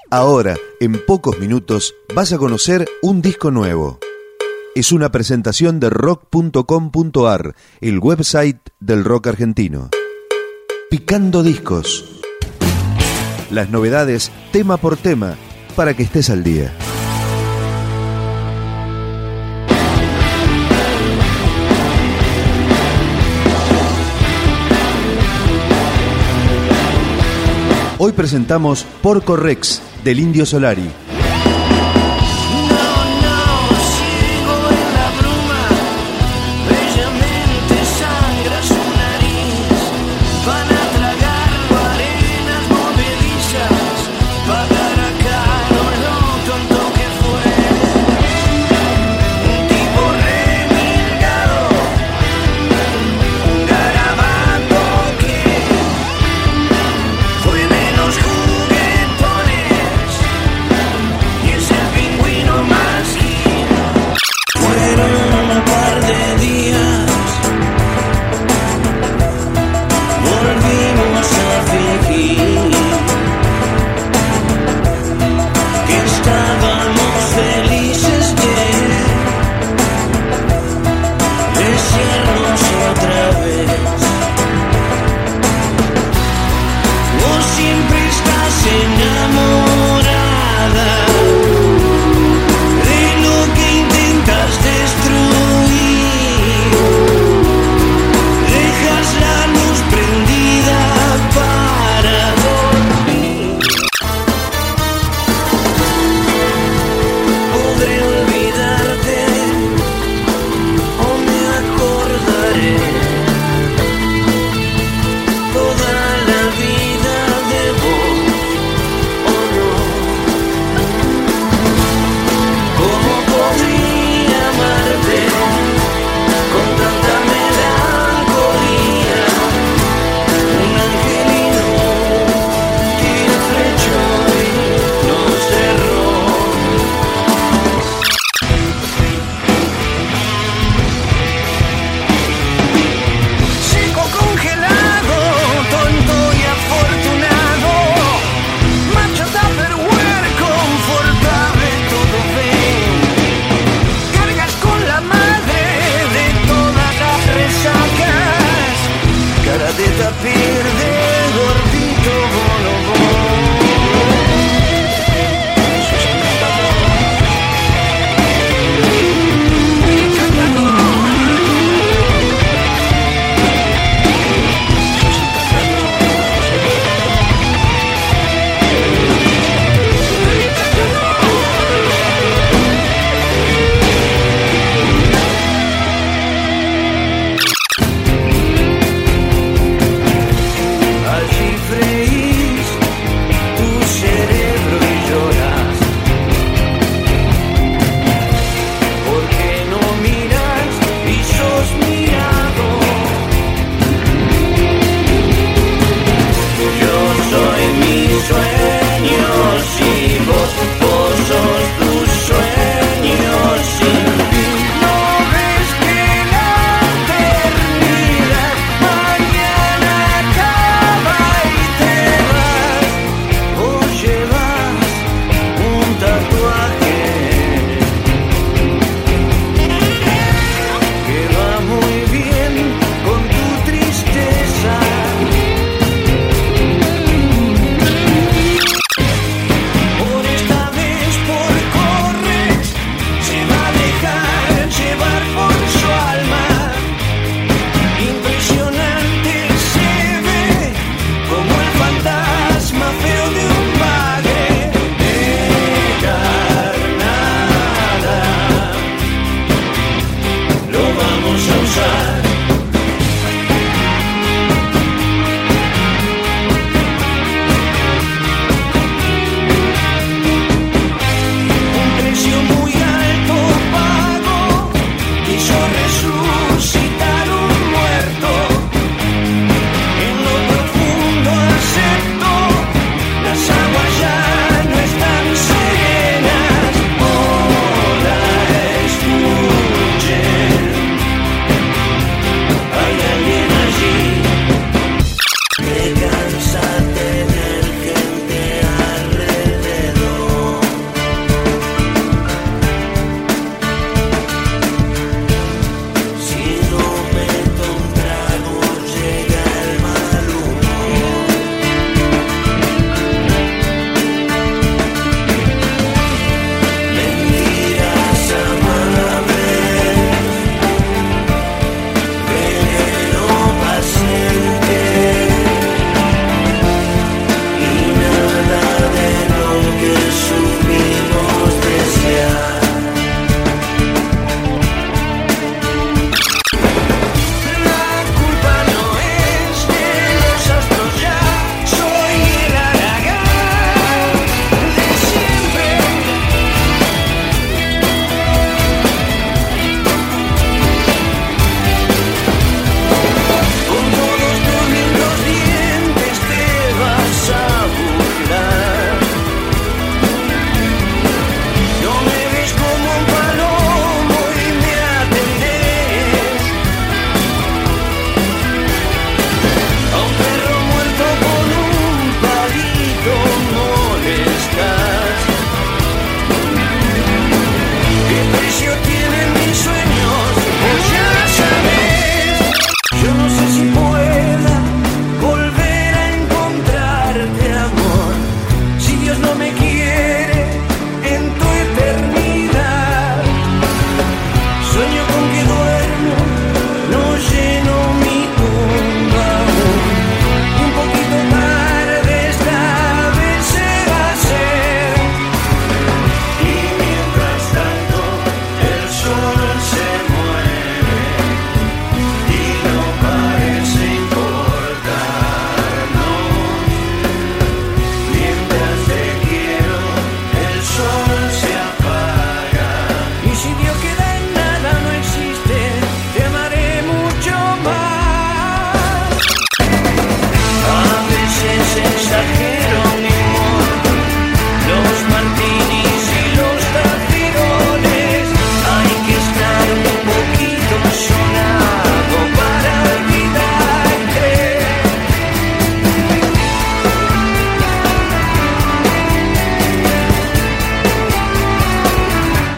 Ahora, en pocos minutos, vas a conocer un disco nuevo. Es una presentación de rock.com.ar, el website del rock argentino. Picando discos. Las novedades, tema por tema, para que estés al día. Hoy presentamos Porco Rex, del Indio Solari.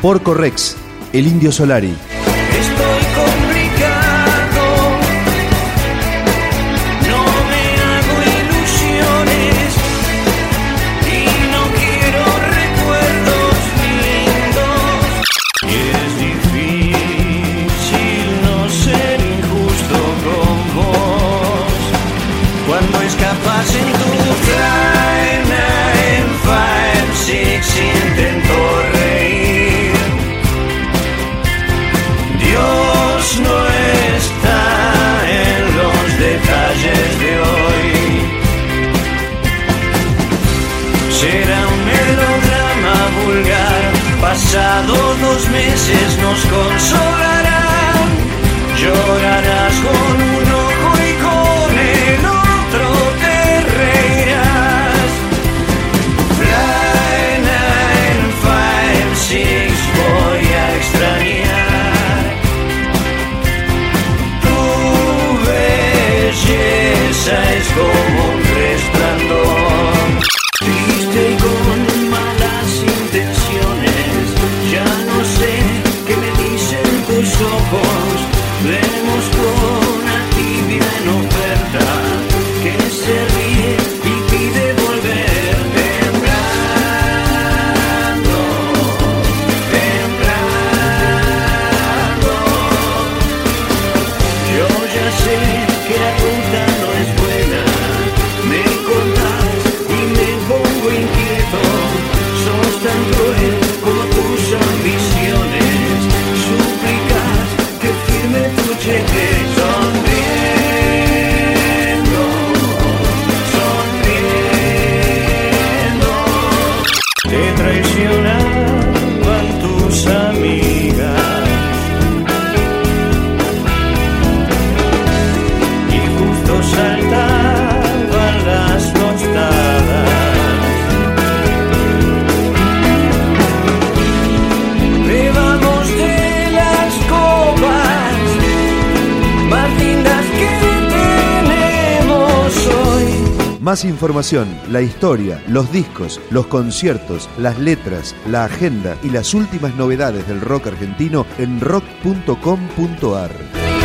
Porco Rex, el Indio Solari. Estoy complicado, no me hago ilusiones y no quiero recuerdos lindos. Y es difícil no ser injusto con vos cuando escapas en tu Fly 956 intento reír. Dios no está en los detalles de hoy. Será un melodrama vulgar. Pasados 2 meses nos consolarán. Llorarás con un ojo y con el otro te reirás. Fly 956 voy a extrañar. Belleza es como un resplandor, triste y con malas intenciones. Ya no sé qué me dicen tus ojos. Vemos con una tibia en oferta que se ríe y pide volver. Temblando, temblando. Yo ya sé que la ruta no es buena, me cortas y me pongo inquieto. Sos tan cruel como tus ambiciones, suplicas que firme tu cheque. Sonriendo, sonriendo, te traicionaban tus amigas. Saltaban las tostadas. Bebamos de las copas más lindas que tenemos hoy. Más información, la historia, los discos, los conciertos, las letras, la agenda y las últimas novedades del rock argentino en rock.com.ar.